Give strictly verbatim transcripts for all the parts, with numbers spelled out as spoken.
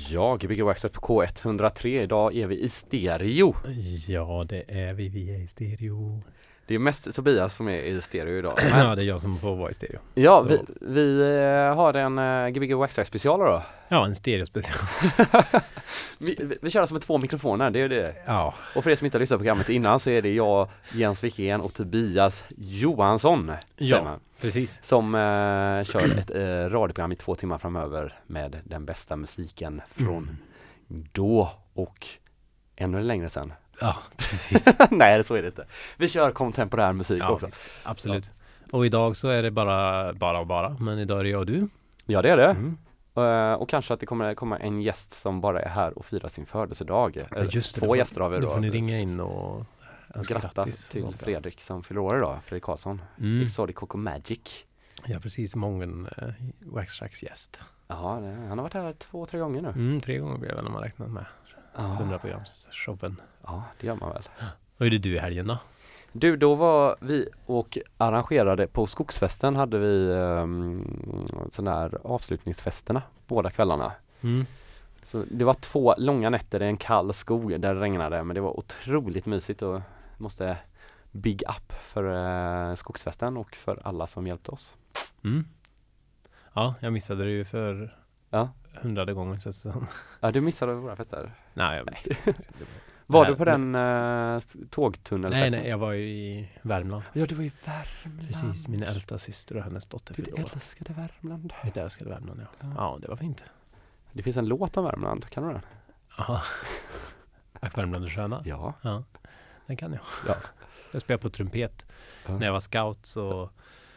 Ja, Gbg Waxxed på K etthundratre. Idag är vi i stereo. Ja, det är vi. Vi är i stereo. Det är mest Tobias som är i stereo idag. Men... ja, det är jag som får vara i stereo. Ja, Så. vi, vi uh, har en uh, Gbg Waxxed special då. Ja, en stereo-special. vi, vi, vi kör alltså med två mikrofoner, det är det. Ja. Och för er som inte har lyssnat på programmet innan så är det jag, Jens Wikén och Tobias Johansson. Ja, precis. Som uh, kör ett uh, radioprogram i två timmar framöver med den bästa musiken från mm. då och ännu längre sen. Ja, precis. Nej, så är det inte. Vi kör kontemporär musik ja, också. Visst. Absolut. Ja. Och idag så är det bara, bara och bara. Men idag är det jag och du. Ja, det är det. Mm. Uh, och kanske att det kommer komma en gäst som bara är här och firar sin födelsedag. Ja, just det, Två får, gäster har vi då. Då får ni ringa in och gratta till sånt, Fredrik som fyller år idag. Fredrik Karlsson. Mm. Exotic Coco Magic. Ja, precis. Många uh, Waxtrax gäst. Ja, det, han har varit här två, tre gånger nu. Mm, tre gånger blev det när man räknat med. Ah. hundra programs showen. Ja, det gör man väl. Vad är det du i helgen då? Du, då var vi och arrangerade på Skogsfesten hade vi um, sådana här avslutningsfesterna båda kvällarna. Mm. Så det var två långa nätter i en kall skog där det regnade, men det var otroligt mysigt och måste big up för uh, Skogsfesten och för alla som hjälpte oss. Mm. Ja, jag missade det ju för ja. hundrade gånger. Så ja, du missade våra fester? Nej, jag nej. Var du på den uh, tågtunnelfesten? Nej, nej, jag var ju i Värmland. Ja, du var i Värmland. Precis, min äldsta syster och hennes dotter. Du älskade Värmland. Mitt älskade Värmland, ja. ja. Ja, det var fint. Det finns en låt om Värmland, kan du den? Ja. Ack Värmland är sköna. Ja. Ja, den kan jag. Ja. Jag spelade på trumpet. Ja. När jag var scout så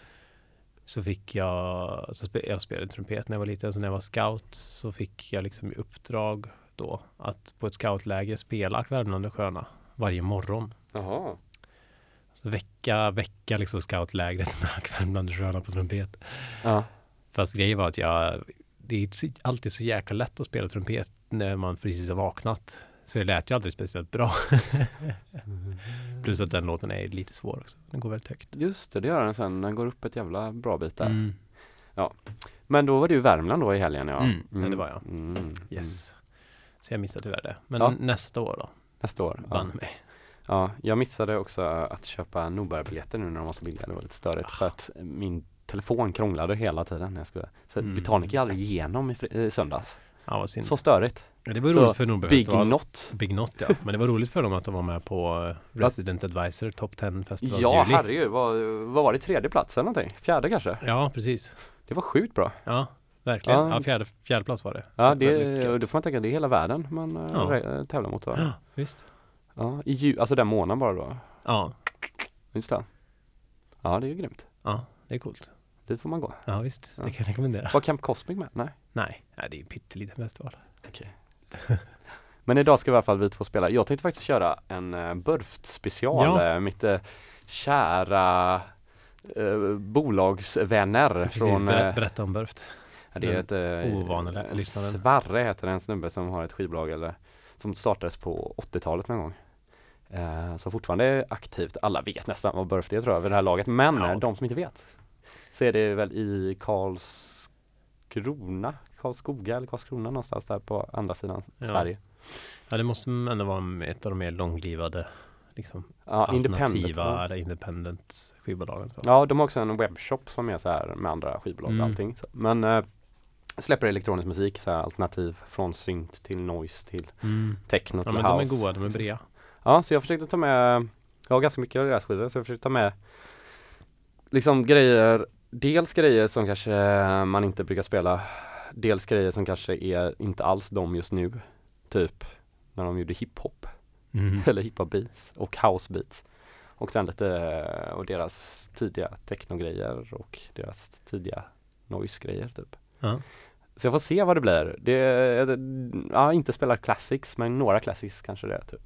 så fick jag så spe, jag spelade trumpet när jag var liten, så när jag var scout så fick jag liksom i uppdrag då att på ett scoutläger spela Ack Värmland är sköna varje morgon. Jaha. Så vecka vecka liksom scoutlägret med Ack Värmland är sköna på trumpet. Ja. Fast grejen var att jag det är alltid så jäkla lätt att spela trumpet när man precis har vaknat. Så det lät ju aldrig speciellt bra. mm. Plus att den låten är lite svår också. Den går väldigt högt. Just det, det gör den sen. Den går upp ett jävla bra bit där. Mm. Ja. Men då var du i Värmland då i helgen, ja. Mm. Mm. Ja, det var jag. Mm. Yes. Så jag missade tyvärr det. Men ja. nästa år då? Nästa år. Bann ja. mig. Ja, jag missade också att köpa Norberg-biljetter nu när de var så billiga. Det var lite störigt ah. för att min telefon krånglade hela tiden när jag skulle. Så mm. betalningen gick aldrig igenom i, fri- i söndags. Ja, vad synd. Så störigt. Ja, det var roligt för Norberg-festival. Big Not. Big Not, ja. Men det var roligt för dem att de var med på Resident Advisor Top tio Festival. Ja, herregud. Vad, vad var det? Tredje plats eller någonting? Fjärde kanske? Ja, precis. Det var sjukt bra. Ja, verkligen. Ja, ja fjärde, fjärde plats var det. Ja, det, och då får man tänka att det är hela världen man ja. re- tävlar mot. Då. Ja, visst. Ja, i ju, alltså den månaden bara då. Ja. Just det. Ja, det är ju grymt. Ja, det är coolt. Dit får man gå. Ja, visst. Ja. Det kan jag rekommendera. Var Camp Cosmic med? Nej. Nej, Nej det är en pytteliten festival. Okej. Okay. Men idag ska vi i alla fall vi två spela. Jag tänkte faktiskt köra en uh, Burft special. Ja. Uh, mitt uh, kära uh, bolagsvänner. Precis, från, ber- berätta om Burft. Ja, det är ett uh, ovanliga lyssnare. Svarre heter en snubbe som har ett skivbolag eller, som startades på åttiotalet någon gång. Uh, så fortfarande är aktivt. Alla vet nästan vad Burft är tror jag vid det här laget. Men ja. de som inte vet så är det väl i Karlskrona, Karlskoga eller Karlskrona någonstans där på andra sidan ja. Sverige. Ja, det måste ändå vara ett av de mer långlivade liksom ja, alternativa independent, ja. eller independent skivbolagen. Så. Ja, de har också en webbshop som är så här med andra skivbolag och mm. allting. Så. Men äh, släpper elektronisk musik, så här alternativ från synt till noise till mm. techno till ja, house. Men de är goda, de är brea. Ja, så jag försökte ta med, jag har ganska mycket av deras skivor, så jag försökte ta med liksom grejer, dels grejer som kanske man inte brukar spela, dels grejer som kanske är inte alls de just nu, typ när de gjorde hiphop mm. eller hiphop beats och house beats och sen lite och deras tidiga techno-grejer och deras tidiga noise-grejer typ. Ja. Så jag får se vad det blir. Det, ja, inte spela classics, men några classics kanske det är typ.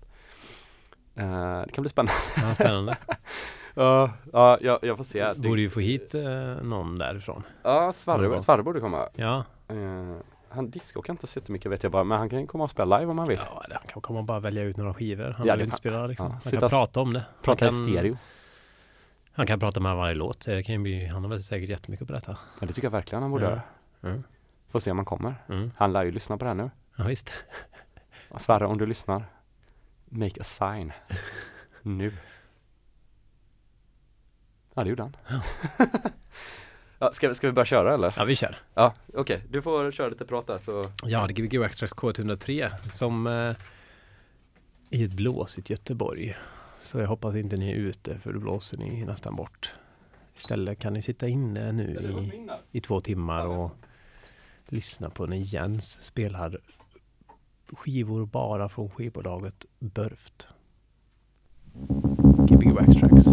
Uh, det kan bli spännande. Ja, spännande. Ja, uh, uh, jag, jag får se. Borde ju få hit uh, någon därifrån. Ja, uh, Svarre, Svarre borde komma. Ja. Uh, han diskar inte så mycket vet jag bara, men han kan komma och spela live om han vill. Ja, han kan komma och bara välja ut några skivor. Han ja, vill inte spela liksom. Ja, han kan prata om det. Prata han i kan, stereo. Han kan prata med varje låt. Det kan bli, han har väl säkert jättemycket att berätta. Ja, det tycker jag verkligen han borde ja. göra. Mm. Får se om han kommer. Mm. Han lär ju lyssna på det här nu. Ja, visst. Sverre, om du lyssnar, make a sign. Nu. Ja, det gjorde han. Ja. Ja, ska, vi- ska vi börja köra eller? Ja, vi kör. Ja, okej. Du får köra lite prat där så... Ja, det är Gbg Waxtrax K ett noll tre som eh, i ett blåsigt Göteborg. Så jag hoppas inte ni är ute för då blåser ni nästan bort. Istället kan ni sitta inne nu i, i två timmar och lyssna på när Jens spelar skivor bara från skivbolaget Börft. Gbg Waxtrax.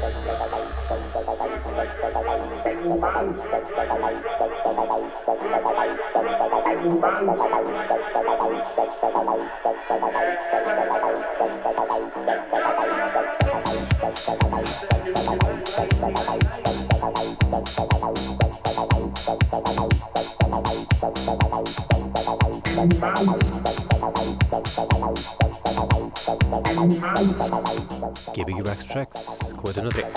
G B G Backtracks, K ett noll tre.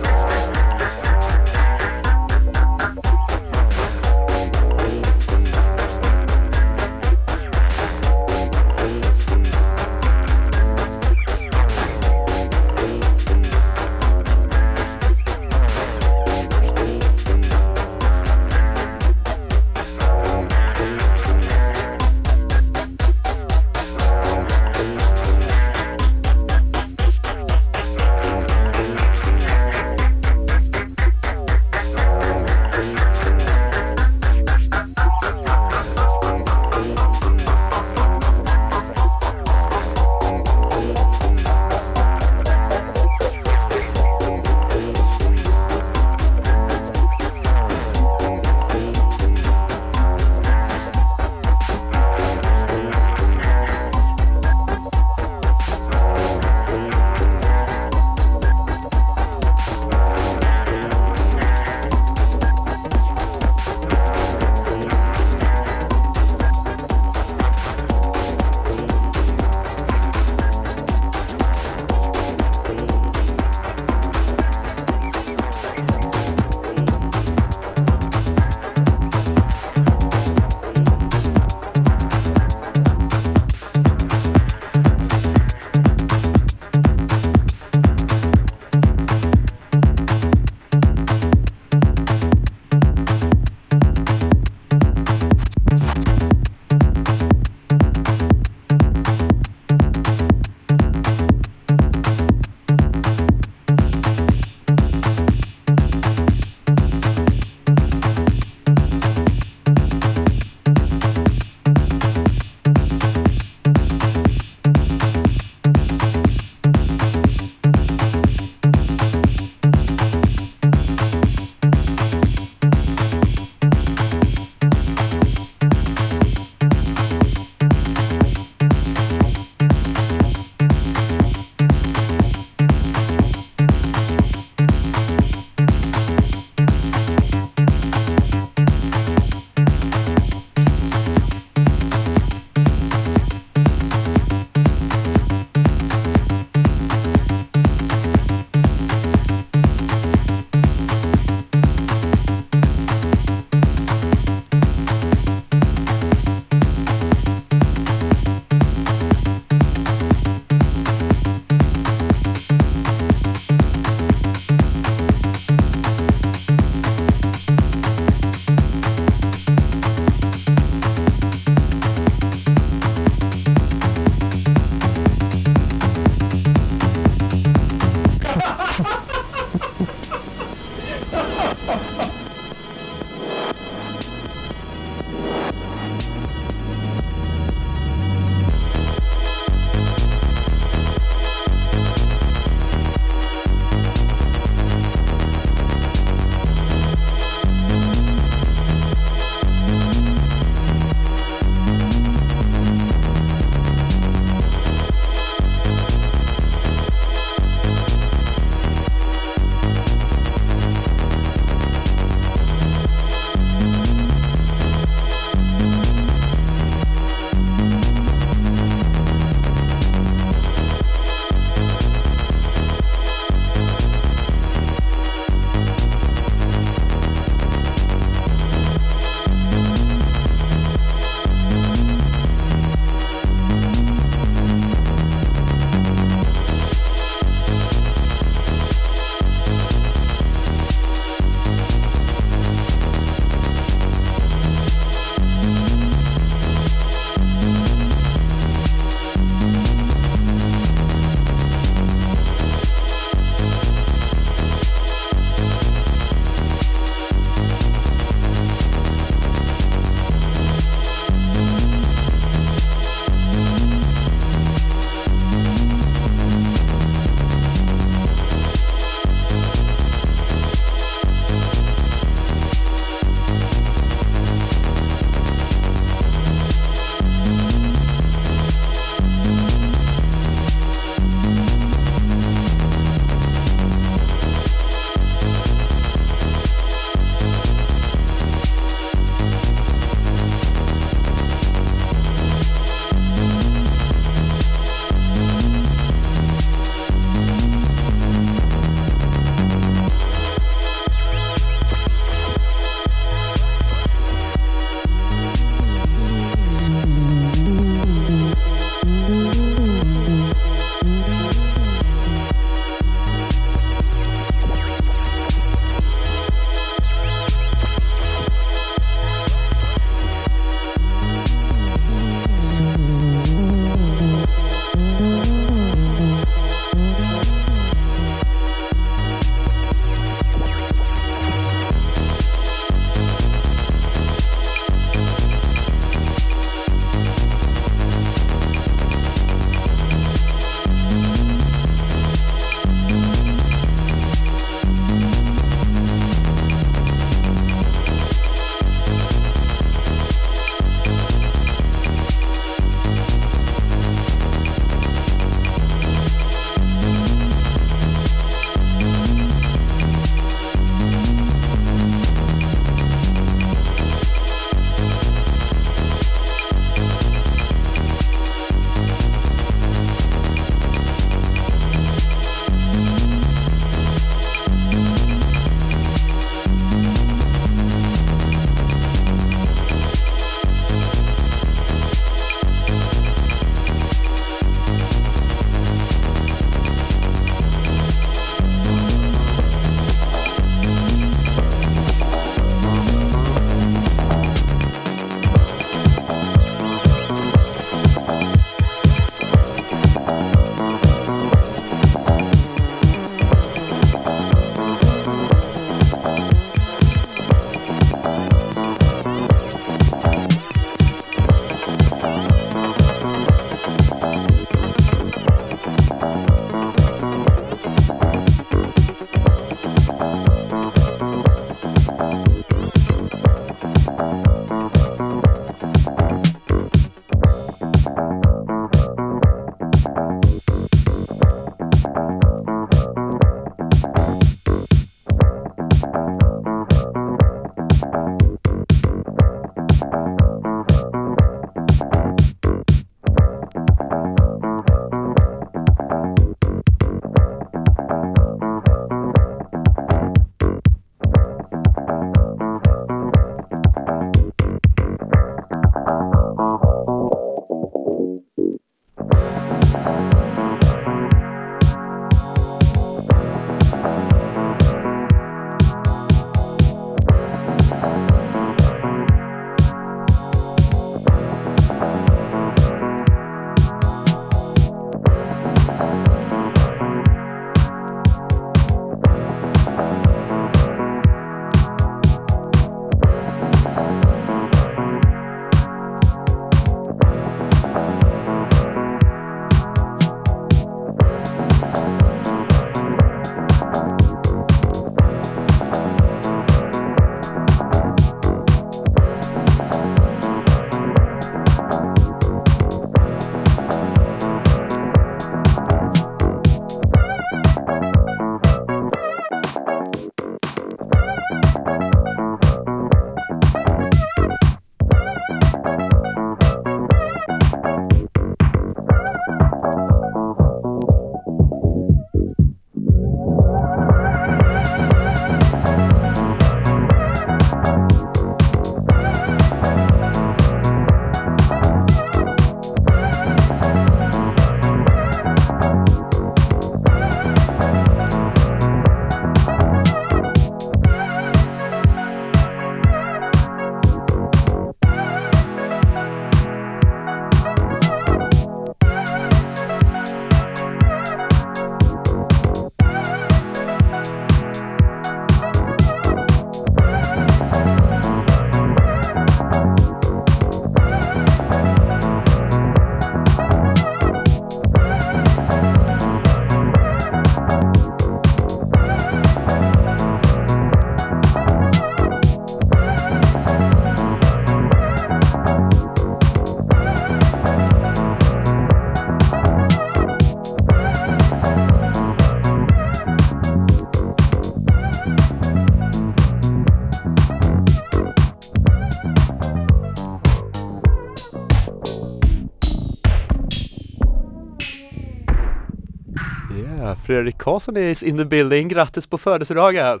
Yeah, Fredrik Karlsson is in the building. Grattis på födelsedagen!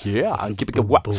Yeah, keep it wax,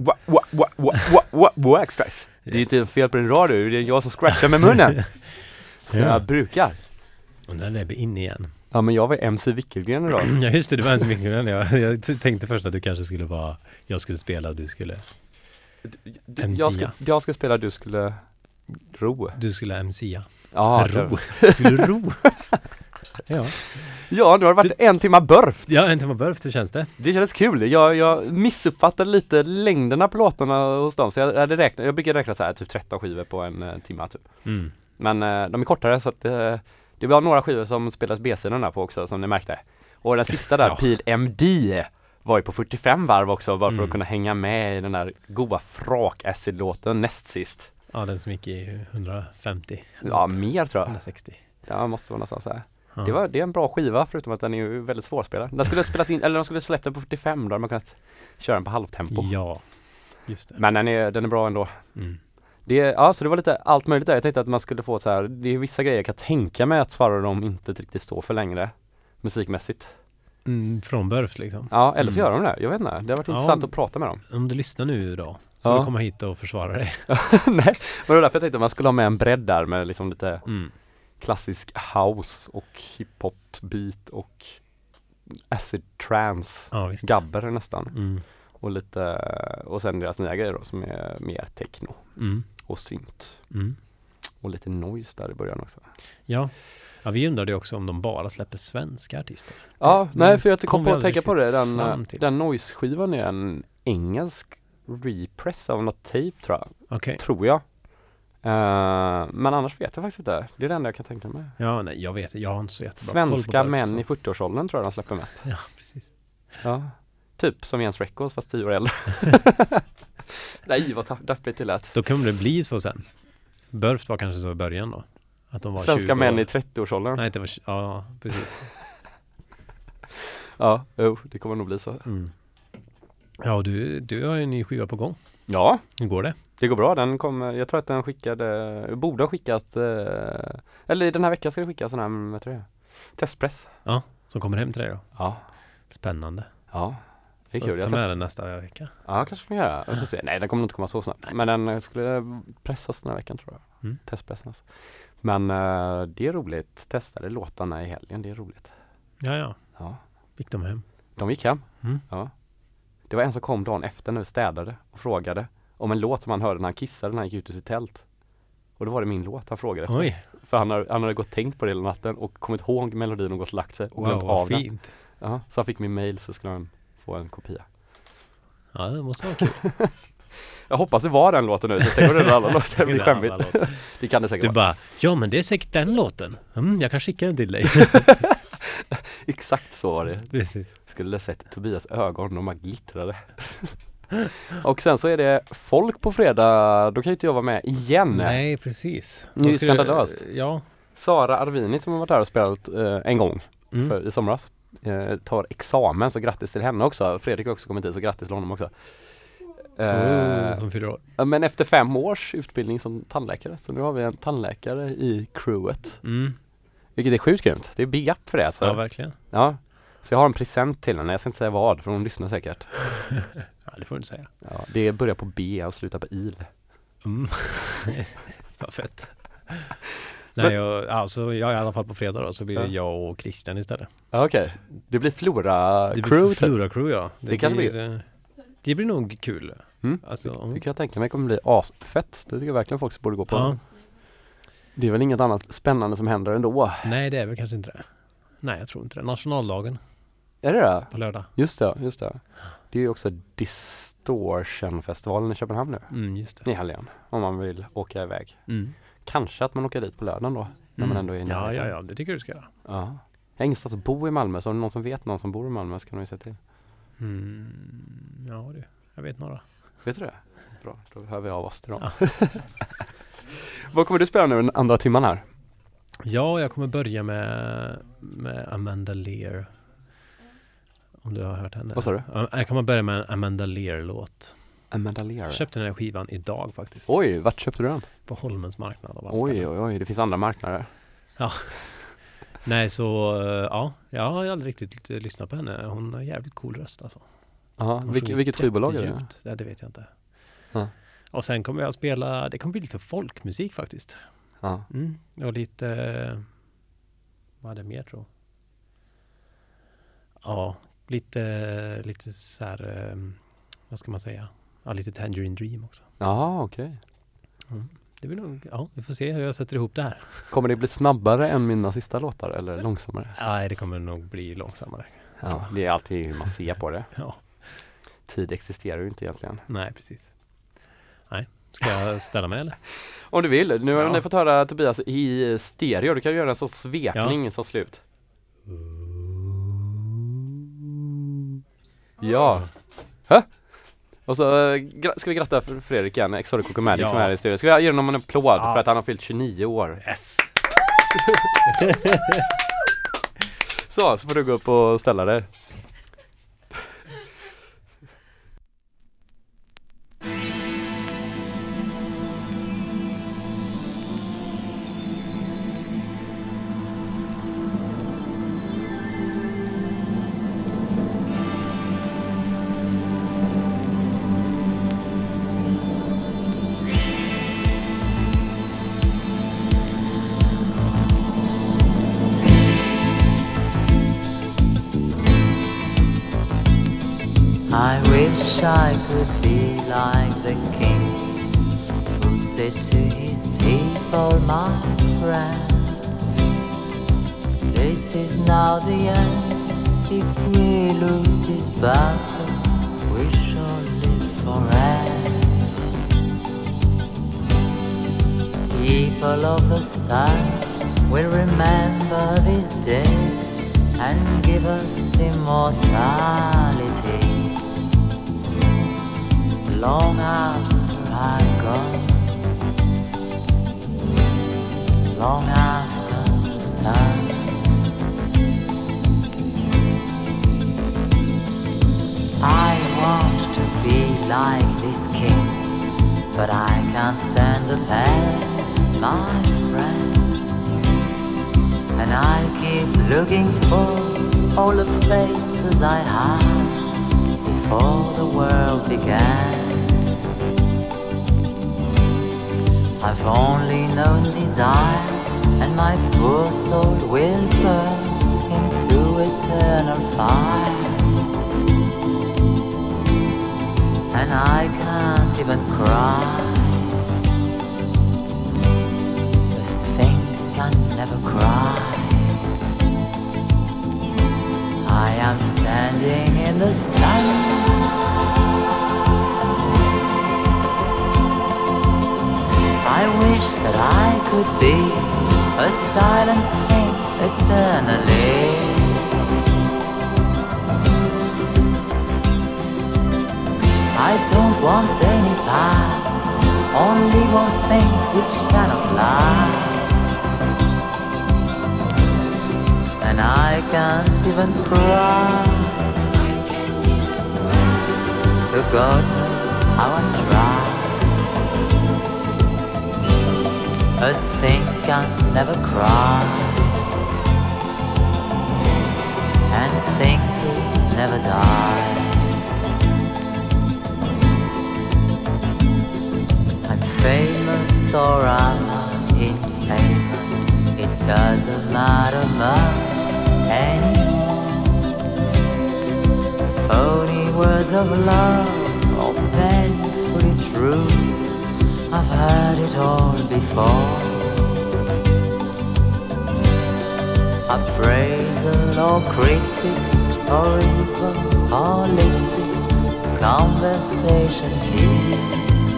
wax, wax. Det är inte fel på din radio, det är jag som scratchar med munnen. Så Ja. jag brukar. Och där är vi inne igen. Ja, men jag var M C Wickelgren idag. Ja, just det, det var en så mycket grann. Jag, jag tänkte först att du kanske skulle vara, jag skulle spela och du skulle Du- M C. Jag ska, jag ska spela, du skulle ro. Du skulle M C. Ja, ro. Du skulle ro. Ja. ja, nu har det varit en timma burft. Ja, en timme burft, hur känns det? Det kändes kul. Jag, jag missuppfattade lite längderna på låtarna hos dem. Så jag, hade räknat, jag brukar räkna så här typ tretton skivor på en uh, timme typ. Mm. Men uh, de är kortare så att uh, det var några skivor som spelas B-sidan där på också som ni märkte. Och den sista där, Ja. Pil M D, var ju på fyrtiofem varv också bara för Mm. att kunna hänga med i den där goa frak-acid-låten näst sist. Ja, den som gick i hundrafemtio. Ja, mer tror jag. hundrasextio. Ja, måste vara någonstans så här. Ja. Det, var, det är en bra skiva förutom att den är ju väldigt svårspelad. Den skulle spelas in, eller de skulle släppt den på fyrtiofem, då hade man kunnat köra den på halvtempo. Ja, just det. Men den är, den är bra ändå. Mm. Det, är- ja, så det var lite allt möjligt där. Jag tänkte att man skulle få så här, det är vissa grejer jag kan tänka mig att Svarar de inte riktigt står för längre musikmässigt. Mm, från Burft liksom. Ja, eller så Mm. gör de det. Jag vet inte. Det har varit Ja. intressant att prata med dem. Om du lyssnar nu då, så Ja. du komma hit och försvara dig. Nej, men det var därför jag tänkte att man skulle ha med en bredd där med liksom lite Mm. klassisk house och hiphop beat och acid trance, Ja, visst. gabber nästan. Mm. Och lite, och sen deras nya grejer då som är mer techno Mm. och synt. Mm. Och lite noise där i början också. Ja. Ja, vi undrade också om de bara släpper svenska artister. Ja, Mm. nej för jag kom Kom på vi att tänka aldrig på det. Den, fram till. den noise-skivan är en engelsk repress av något tape tror jag. Okej. Tror jag. Eh, men annars vet jag faktiskt inte. Det är det enda jag kan tänka mig. Ja, nej, jag vet. Jag har inte så jättebra Svenska koll på män Burft, i så. fyrtioårsåldern tror jag de släpper mest. Ja, precis. Ja. Typ som Jens Records fast tio år äldre. Nej, vad deppigt det lät. Då kommer det bli så sen. Burft var kanske så i början då. Att de var Svenska tjugo män år. i trettioårsåldern. Nej, det var... Ja, precis. Ja, jo, det kommer nog bli så. Mm. Ja, och du, du har ju en ny skiva på gång. Ja, Hur går det? det går bra. Den kommer, jag tror att den skickade, borde ha skickat, eh, eller den här veckan ska det skickas sån här, vad tror jag, testpress. Som kommer hem till dig då? Ja, Spännande. ja. Det är Ta kul. Jag med test- den nästa vecka. Ja, kanske kan jag göra. Jag får se. Nej, den kommer nog inte komma så snabbt. Men den eh, skulle pressas den här veckan tror jag. Mm. Testpressen alltså. Men eh, det är roligt. Testade låtarna i helgen. Det är roligt. Ja, ja. Ja. Fick de hem. De gick hem. Mm. Ja. Det var en som kom dagen efter när vi städade och frågade om en låt som han hörde när han kissade när han gick ut ur sitt tält. Och då var det min låt han frågade efter. Oj, För han, har, han hade gått tänkt på det hela natten och kommit ihåg melodin och gått och lagt sig och wow, glömt vad av den. fint. Ja, så han fick min mail så skulle han få en kopia. Ja, det måste vara kul. Jag hoppas det var den låten nu. Så jag tänker att det är alla låtar. Det blir Det är alla skämmigt. låtar. Det kan det säkert Du vara. bara, ja men det är säkert den låten. Mm, jag kan skicka den till dig. Exakt så var det. Precis. Skulle sett Tobias ögon, de bara glittrade. Och sen så är det folk på fredag, då kan ju inte jag vara med igen. Nej, precis. Det är ju Vad ska du- skandalöst. Ja. Sara Arvini som har varit här och spelat eh, en gång Mm. för, i somras. Eh, tar examen, så grattis till henne också. Fredrik har också kommit hit, så grattis till honom också. Eh, Oh, som fyra år. ja, men efter fem års utbildning som tandläkare, så nu har vi en tandläkare i crewet. Mm. Vilket är sjukt grymt. Det är big up för det alltså. Ja, verkligen. Ja. Så jag har en present till henne, jag ska inte säga vad, för hon lyssnar säkert. Ja, det får du inte säga. Ja, det börjar på B och slutar på il. Mm. Vad fett. Nej, jag, alltså, jag är i alla fall på fredag då, så blir det Ja. jag och Christian istället. Ja, okej. Det blir Flora Det blir Crew typ. Flora Crew, ja. Det kanske blir, eh, det blir nog kul. Mm. Alltså, Det kan jag tänka mig kommer bli asfett. Det tycker jag verkligen folk borde gå på. ja. Det är väl inget annat spännande som händer ändå. Nej, det är väl kanske inte det. Nej, jag tror inte det. Nationaldagen Är det det? på lördag. Just det, just det. Det är ju också Distortion-festivalen i Köpenhamn nu. Mm, just det. I helgen. Om man vill åka iväg. Mm. Kanske att man åker dit på lördagen då. När man ändå är i Ja, närheten. ja, ja, det tycker jag du ska göra. Ja. Jag har ingenstans att bo i Malmö, så om någon som vet någon som bor i Malmö så kan de ju säga till. Mm. Ja, du. Jag vet några. Vet du det? Bra, då hör vi av oss till dem. Ja. Vad kommer du spela nu den andra timman här? Ja, jag kommer börja med, med Amanda Lear. Om du har hört henne. Vad sa du? Ja, jag kommer börja med en Amanda Lear-låt. Amanda Lear. Jag köpte den här skivan idag faktiskt. Oj, vart köpte du den? På Holmens marknad av alla Oj, ställen. oj, oj, det finns andra marknader. Nej, så eh, ja, jag har aldrig riktigt eh, lyssnat på henne. Hon har jävligt cool röst alltså. Aha, vilket, vilket skivbolag är det? Ja, det vet jag inte. Ja. Och sen kommer jag att spela, det kommer bli lite folkmusik faktiskt. Ja. Mm. Och lite, vad är det mer tror Ja, lite, lite så här, vad ska man säga? Ja, lite Tangerine Dream också. Ja, okej. Okay. Mm. Det blir nog, ja, vi får se hur jag sätter ihop det här. Kommer det bli snabbare än mina sista låtar eller långsammare? Nej, det kommer nog bli långsammare. Ja, det är alltid hur man ser på det. Ja. Tid existerar ju inte egentligen. Nej, precis. Nej, ska jag ställa mig eller? Om du vill. Nu har ja. ni fått höra Tobias i stereo. Du kan göra en sån svepning ja. som slut. Ja. Hä? Och så gra- ska vi gratta för Fredrik igen, Exotic Coco Magic ja. som är här i studion. Ska vi ge honom en applåd ja. för att han har fyllt tjugonio år. Yes. Så, så får du gå upp och ställa dig. I wish I could be like the king who said to his people, my friends, this is now the end. If we lose this battle, we shall live forever. People of the sun will remember this day and give us immortality. Long after I'm gone, long after the sun. I want to be like this king, but I can't stand the pain, my friend. And I keep looking for all the faces I had before the world began. I've only known desire, and my poor soul will burn into eternal fire. And I can't even cry. The Sphinx can never cry. I am standing in the sun. I wish that I could be a silent sphinx eternally. I don't want any past, only want things which cannot last. And I can't even cry. For God knows how I try. A sphinx can never cry, and sphinxes never die. I'm famous or I'm not infamous, it doesn't matter much anymore. Phony words of love or painfully true, I've heard it all before. Appraisal or critics or even politics, conversation is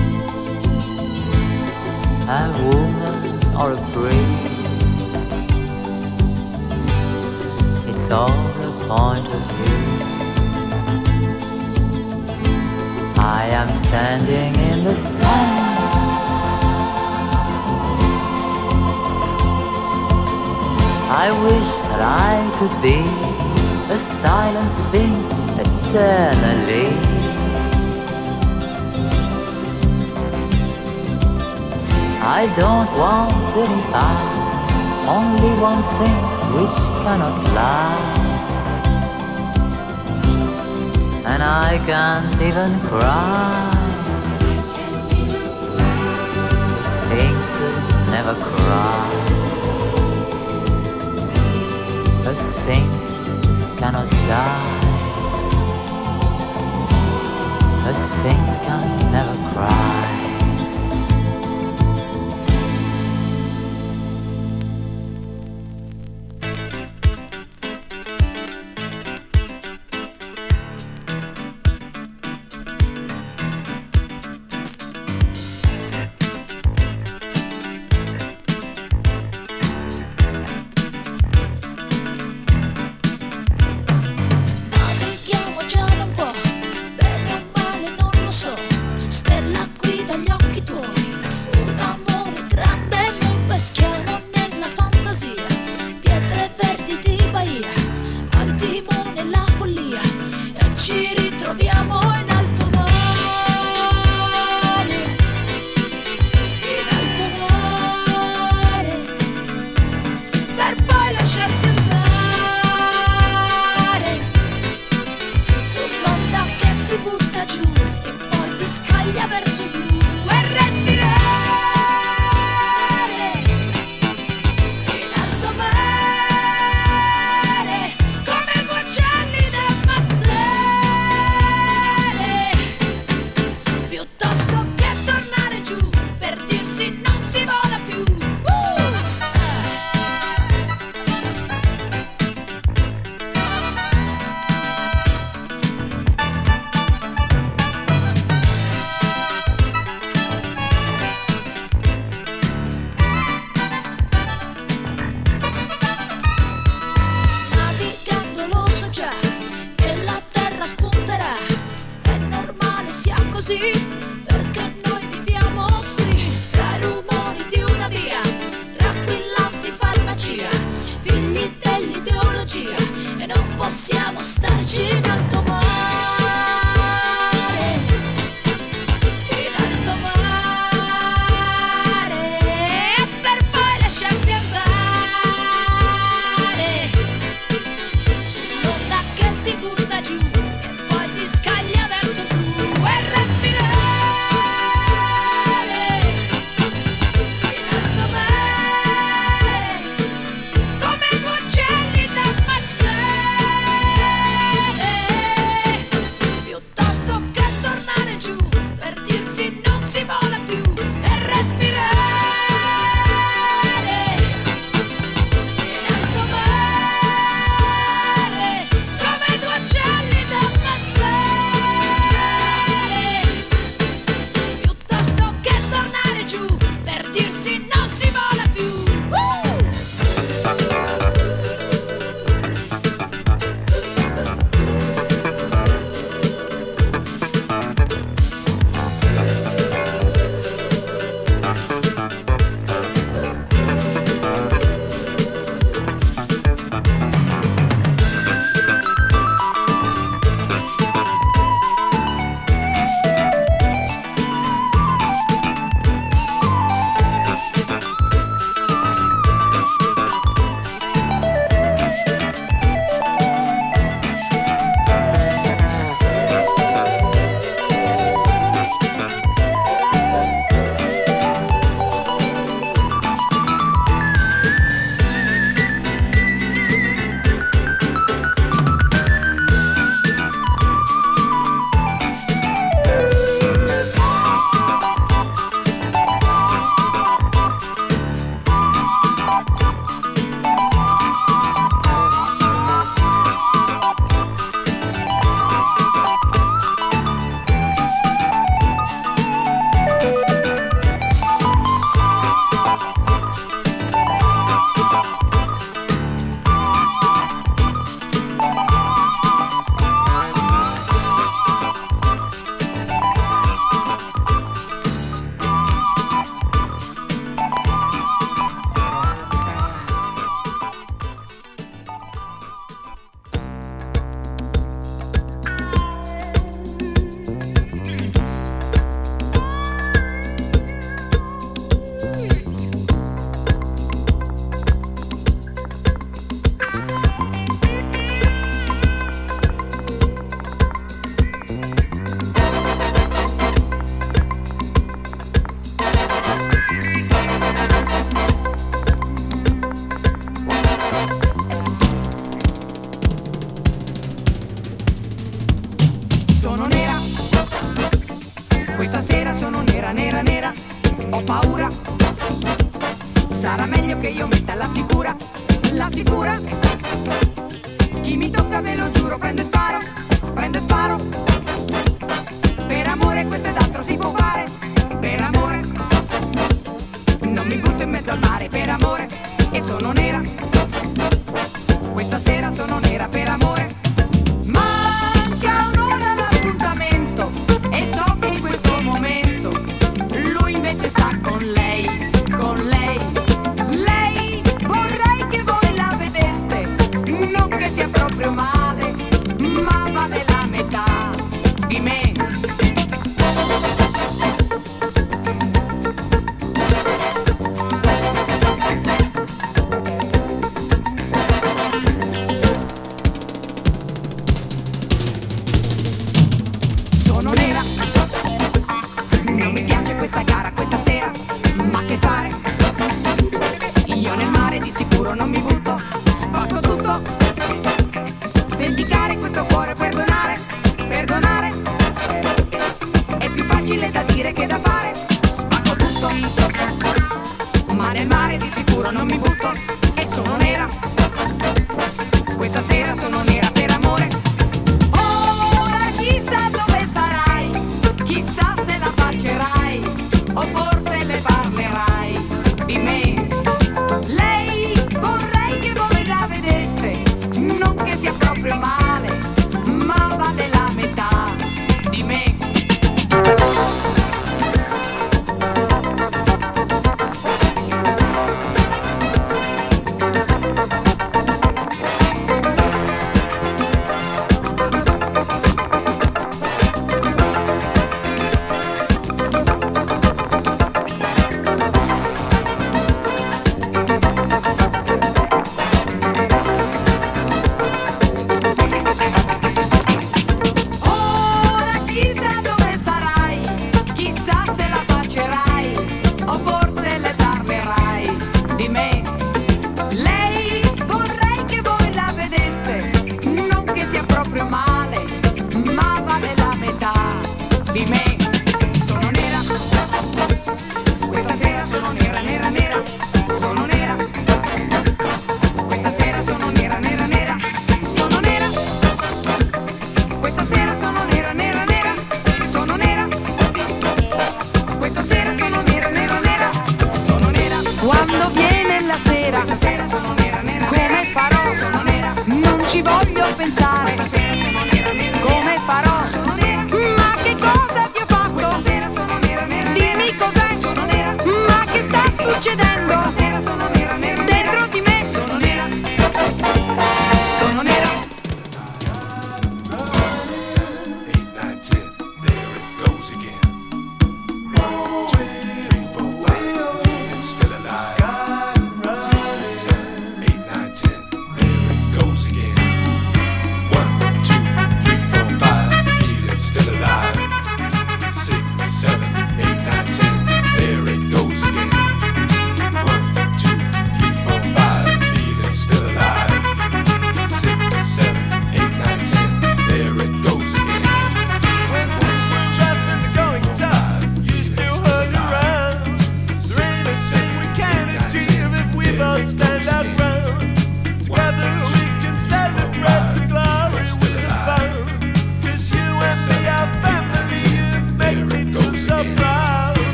a woman or a priest. It's all a point of view. I am standing in the sun. I wish that I could be a silent sphinx eternally. I don't want any past, only want things which cannot last. and I can't even cry. The sphinxes never cry. The sphinx cannot die. The sphinx can never cry. Perché noi viviamo qui, tra i rumori di una via, tranquillanti farmacia, figli dell'ideologia, e non possiamo starci in alto mare, in alto mare, per poi lasciarsi andare sull'onda che ti butta giù e poi ti scaglia verso blu. Come uccelli da mazzare. sono nera, nera, nera, ho paura. Sarà meglio che io metta la sicura, la sicura. Chi mi tocca ve lo giuro, prendo e sparo, prendo e sparo. Per amore questo ed altro si può fare, per amore. Non mi butto in mezzo al mare, per amore. E sono nera, questa sera sono nera per amore. Manca un'ora all'appuntamento e so che in questo momento lui invece sta con lei, con lei. Lei vorrei che voi la vedeste, non che sia proprio male, ma vale la metà di me. Sono nera, non mi piace questa gara questa sera, ma che fare? Io nel mare di sicuro non mi butto, sporco tutto. Vendicare questo cuore, perdonare, perdonare. È più facile da dire che da fare, spacco tutto. Ma nel mare di sicuro non mi butto e sono nera. Questa sera sono nera per amore. Ora chissà dove sarai, chissà se la bacerai o forse le parlerai di me. Lei vorrei che voi la vedeste, non che sia proprio male, ma vale la metà di me.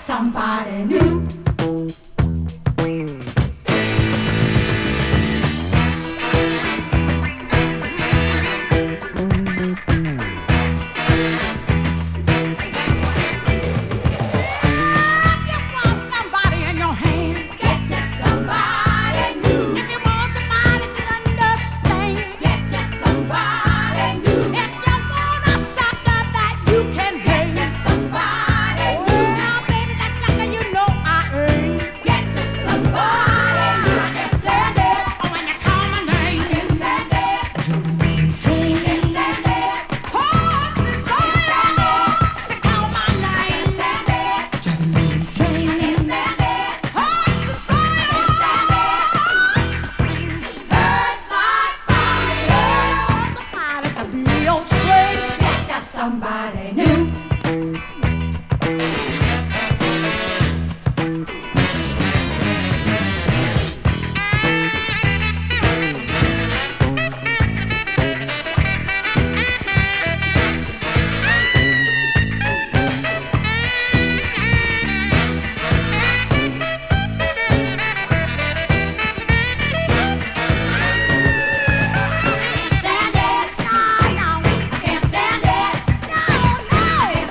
somebody new. Somebody new. Stand it, no, no, can't stand it, no, no.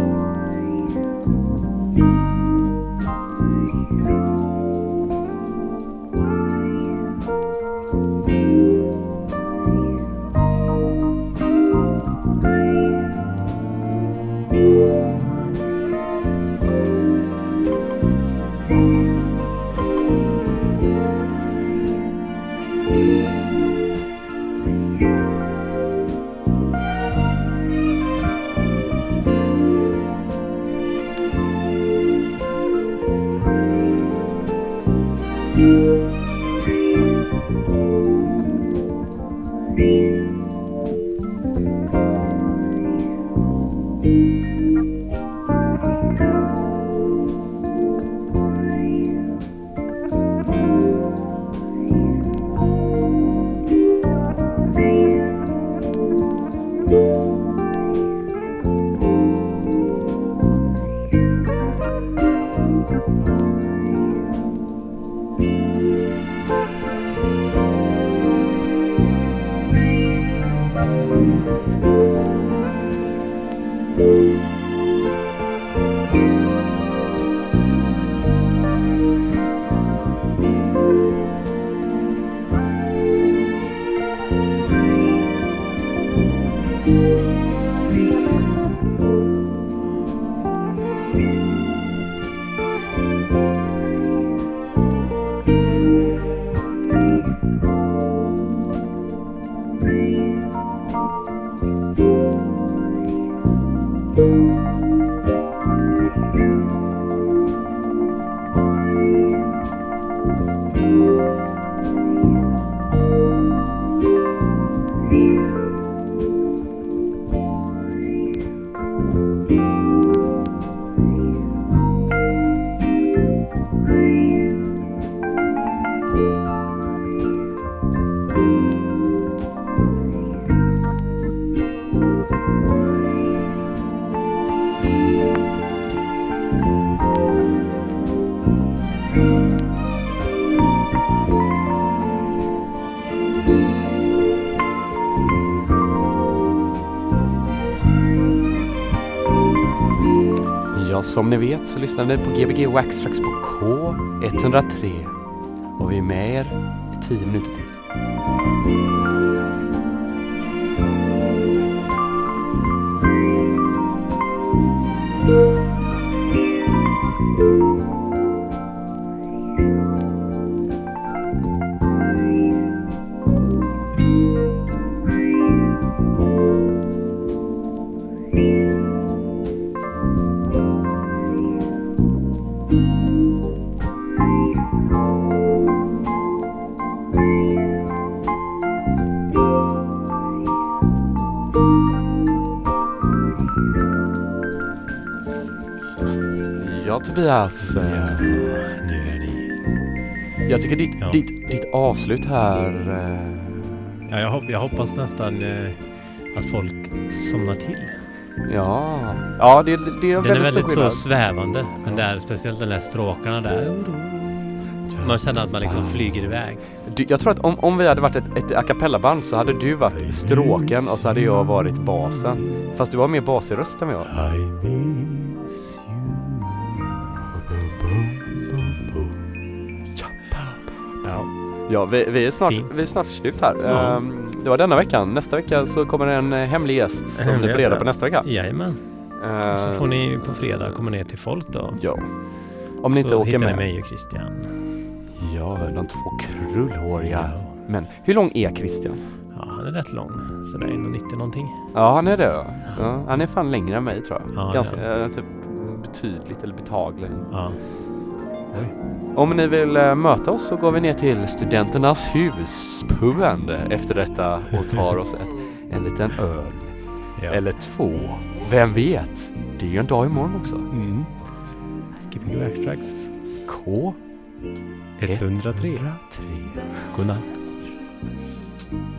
Som ni vet så lyssnar ni på G B G Wax Trax på K ett noll tre och vi är med er i tio minuter till. Ja, Tobias. Ja, nu är ni. Jag tycker ditt, Ja. ditt, ditt avslut här... eh, Ja, jag, hopp, jag hoppas nästan eh, att folk somnar till. Ja, ja det, det är Den väldigt, är väldigt stor så skillnad. svävande. Den där, speciellt den där stråkarna där. Man känner att man liksom flyger iväg. Du, jag tror att om, om vi hade varit ett, ett a cappella-band så hade du varit stråken och så hade jag varit basen. Fast du var mer basig röst än jag. I miss Ja. Ja, vi, vi, är snart, Fint. vi är snart slut här. Ja. Ehm, det var denna veckan. Nästa vecka så kommer det en eh, hemlig gäst som hemlig ni får gäst, reda ja. på nästa vecka. Jajamän. Ehm, Så får ni på fredag komma ner till folk då. Ja. Om ni inte så åker hittar med. ni mig och Christian. Ja, de två krullhåriga. Ja. Men hur lång är Christian? Ja, han är rätt lång. Så det är ett nittio någonting. Ja, han är det. Ja. Ja, han är fan längre än mig tror jag. Ja, Ganska, eh, typ betydligt eller betagligt. Ja. Om ni vill eh, möta oss så går vi ner till Studenternas hus, puben, efter detta och tar oss ett, en liten öl. Ja. Eller två. Vem vet? Det är ju en dag imorgon också. Mm. G P G Wax Trax. K ett noll tre. tre. Godnatt.